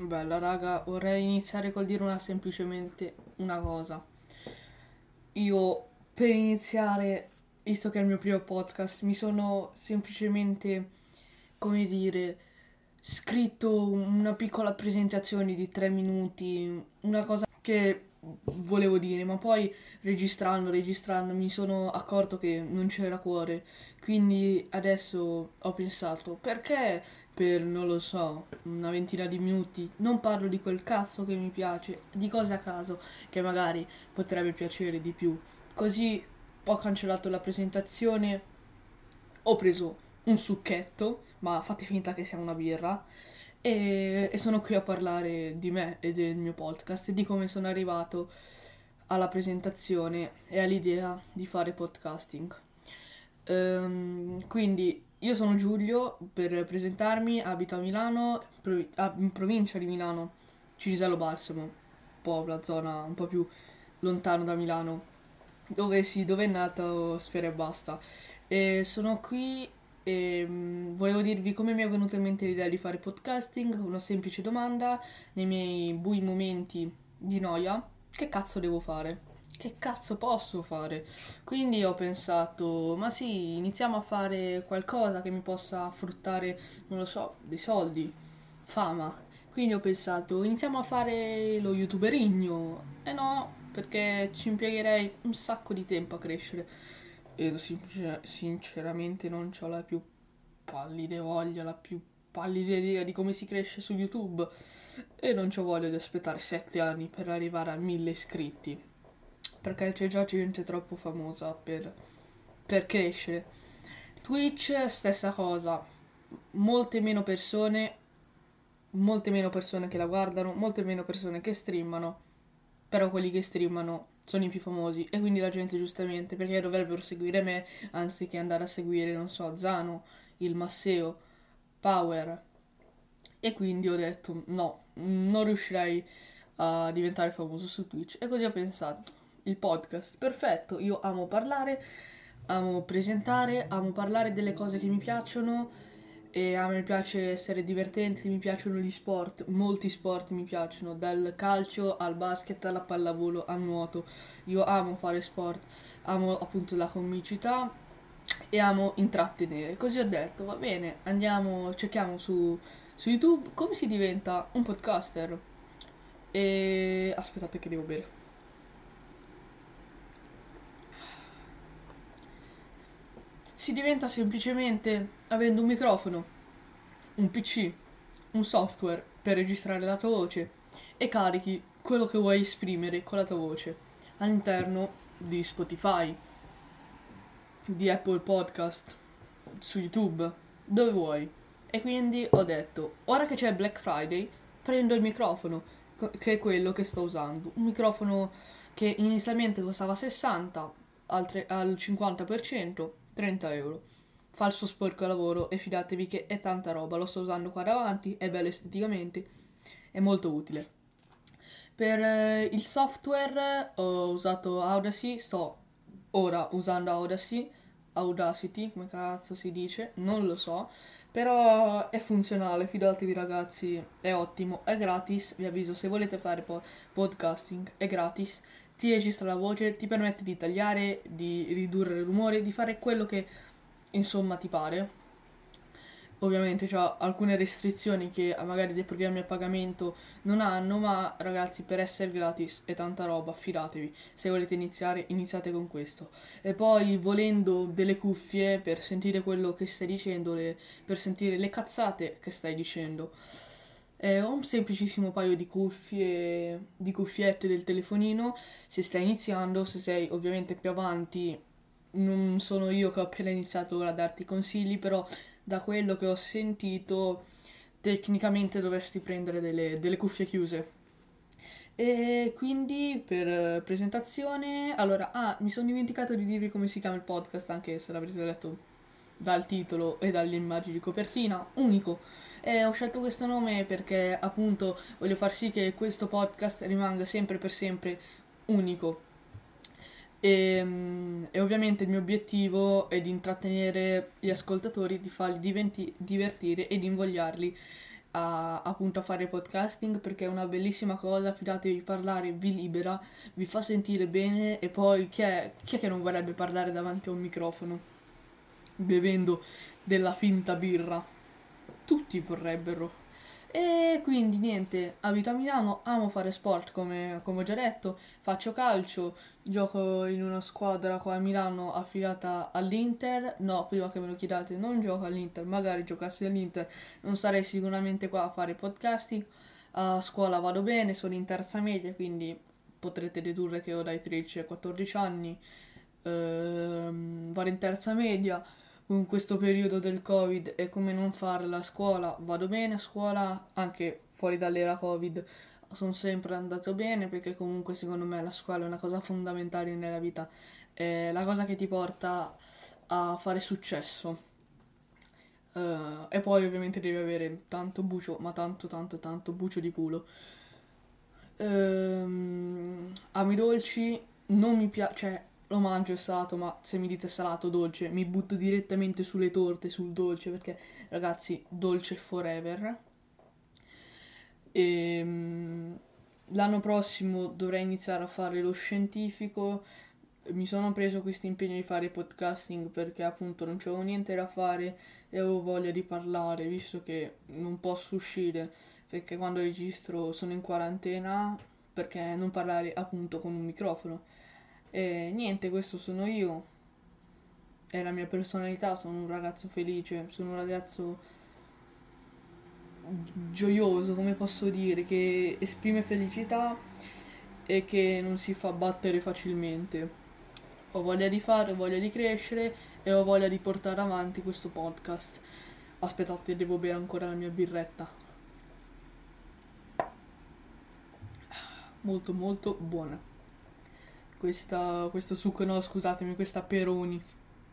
Bella raga, vorrei iniziare col dire semplicemente una cosa. Io per iniziare, visto che è il mio primo podcast, mi sono semplicemente, come dire, scritto una piccola presentazione di 3 minuti, una cosa che volevo dire, ma poi registrando mi sono accorto che non c'era cuore. Quindi adesso ho pensato, perché per, non lo so, una ventina di minuti non parlo di quel cazzo che mi piace, di cose a caso che magari potrebbe piacere di più. Così ho cancellato la presentazione, ho preso un succhetto, ma fate finta che sia una birra, e sono qui a parlare di me e del mio podcast e di come sono arrivato alla presentazione e all'idea di fare podcasting. Quindi io sono Giulio, per presentarmi abito a Milano, in provincia di Milano, Cinisello Balsamo, un po' la zona un po' più lontano da Milano, dove è nato Sfera e Basta. E sono qui e volevo dirvi come mi è venuta in mente l'idea di fare podcasting, una semplice domanda, nei miei bui momenti di noia, che cazzo devo fare? Che cazzo posso fare? Quindi ho pensato, ma sì, iniziamo a fare qualcosa che mi possa fruttare, non lo so, dei soldi, fama. Quindi ho pensato, iniziamo a fare lo youtuberigno. E no, perché ci impiegherei un sacco di tempo a crescere. E sinceramente non ho la più pallida voglia, la più pallida idea di come si cresce su YouTube. E non c'ho voglia di aspettare 7 anni per arrivare a 1000 iscritti. Perché c'è già gente troppo famosa per crescere. Twitch, stessa cosa. Molte meno persone, molte meno persone che la guardano, molte meno persone che streamano, però quelli che streamano sono i più famosi e quindi la gente giustamente, perché dovrebbero seguire me anziché andare a seguire, non so, Zano, il Masseo, Power. E quindi ho detto no, non riuscirei a diventare famoso su Twitch. E così ho pensato, il podcast, perfetto, io amo parlare, amo presentare, amo parlare delle cose che mi piacciono e a me piace essere divertente, mi piacciono gli sport, molti sport mi piacciono, dal calcio al basket alla pallavolo al nuoto. Io amo fare sport, amo appunto la comicità e amo intrattenere. Così ho detto, va bene, andiamo, cerchiamo su YouTube come si diventa un podcaster. E aspettate che devo bere. Si diventa semplicemente avendo un microfono, un PC, un software per registrare la tua voce e carichi quello che vuoi esprimere con la tua voce all'interno di Spotify, di Apple Podcast, su YouTube, dove vuoi. E quindi ho detto, ora che c'è Black Friday, prendo il microfono, che è quello che sto usando. Un microfono che inizialmente costava 60, al 50%, 30 euro. Fa il suo sporco lavoro e fidatevi che è tanta roba, lo sto usando qua davanti, è bello esteticamente, è molto utile. Per il software ho usato Audacity, sto ora usando Audacity, come cazzo si dice, non lo so, però è funzionale, fidatevi ragazzi, è ottimo, è gratis, vi avviso, se volete fare podcasting è gratis, ti registra la voce, ti permette di tagliare, di ridurre il rumore, di fare quello che insomma ti pare. Ovviamente c'ha alcune restrizioni che magari dei programmi a pagamento non hanno, ma ragazzi per essere gratis è tanta roba, fidatevi. Se volete iniziare, iniziate con questo. E poi volendo delle cuffie per sentire quello che stai dicendo, per sentire le cazzate che stai dicendo. Ho un semplicissimo paio di cuffie, di cuffiette del telefonino. Se stai iniziando, se sei ovviamente più avanti, non sono io che ho appena iniziato ora a darti consigli, però da quello che ho sentito, tecnicamente dovresti prendere delle cuffie chiuse. E quindi per presentazione, allora, mi sono dimenticato di dirvi come si chiama il podcast, anche se l'avrete letto dal titolo e dalle immagini di copertina, unico. E ho scelto questo nome perché appunto voglio far sì che questo podcast rimanga sempre per sempre unico. E ovviamente il mio obiettivo è di intrattenere gli ascoltatori, di farli divertire e di invogliarli appunto a fare podcasting perché è una bellissima cosa, fidatevi, parlare vi libera, vi fa sentire bene e poi chi è che non vorrebbe parlare davanti a un microfono bevendo della finta birra? Tutti vorrebbero. E quindi niente, abito a Milano, amo fare sport come ho già detto, faccio calcio, gioco in una squadra qua a Milano affiliata all'Inter. No, prima che me lo chiedate, non gioco all'Inter, magari giocassi all'Inter non sarei sicuramente qua a fare podcasting. A scuola vado bene, sono in terza media, quindi potrete dedurre che ho dai 13 ai 14 anni. Vado in terza media con questo periodo del Covid e come non farla a scuola, vado bene a scuola, anche fuori dall'era Covid, sono sempre andato bene perché comunque secondo me la scuola è una cosa fondamentale nella vita, è la cosa che ti porta a fare successo. E poi ovviamente devi avere tanto bucio, ma tanto tanto tanto bucio di culo. Amo i dolci, non mi piace, cioè lo mangio il salato, ma se mi dite salato dolce mi butto direttamente sulle torte, sul dolce, perché ragazzi, dolce forever. E l'anno prossimo dovrei iniziare a fare lo scientifico. Mi sono preso questo impegno di fare podcasting perché appunto non c'avevo niente da fare e avevo voglia di parlare, visto che non posso uscire perché quando registro sono in quarantena, perché non parlare appunto con un microfono. E niente, questo sono io, è la mia personalità, sono un ragazzo felice, sono un ragazzo gioioso, come posso dire, che esprime felicità e che non si fa battere facilmente. Ho voglia di fare, ho voglia di crescere e ho voglia di portare avanti questo podcast. Aspettate, devo bere ancora la mia birretta. Molto molto buona. Questo succo, no, scusatemi, questa Peroni.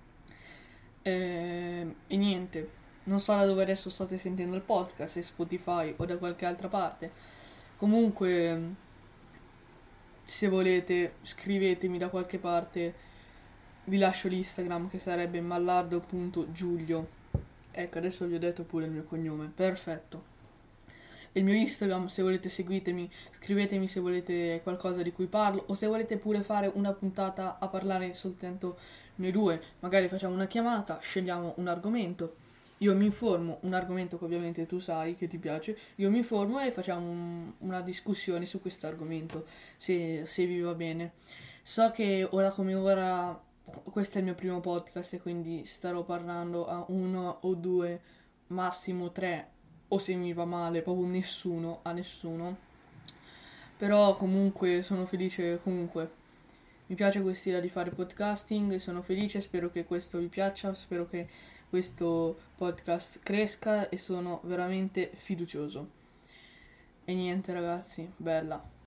E niente, non so da dove adesso state sentendo il podcast, se Spotify o da qualche altra parte. Comunque, se volete, scrivetemi da qualche parte. Vi lascio l'Instagram che sarebbe mallardo.giulio. Ecco, adesso vi ho detto pure il mio cognome. Perfetto. E il mio Instagram, se volete seguitemi, scrivetemi se volete qualcosa di cui parlo o se volete pure fare una puntata a parlare soltanto noi due. Magari facciamo una chiamata, scegliamo un argomento. Io mi informo, un argomento che ovviamente tu sai che ti piace, io mi informo e facciamo una discussione su questo argomento, se vi va bene. So che ora come ora questo è il mio primo podcast e quindi starò parlando a uno o due, massimo tre, o se mi va male, proprio nessuno, a nessuno. Però comunque sono felice, comunque mi piace quest'idea di fare podcasting e sono felice, spero che questo vi piaccia, spero che questo podcast cresca e sono veramente fiducioso. E niente ragazzi, bella.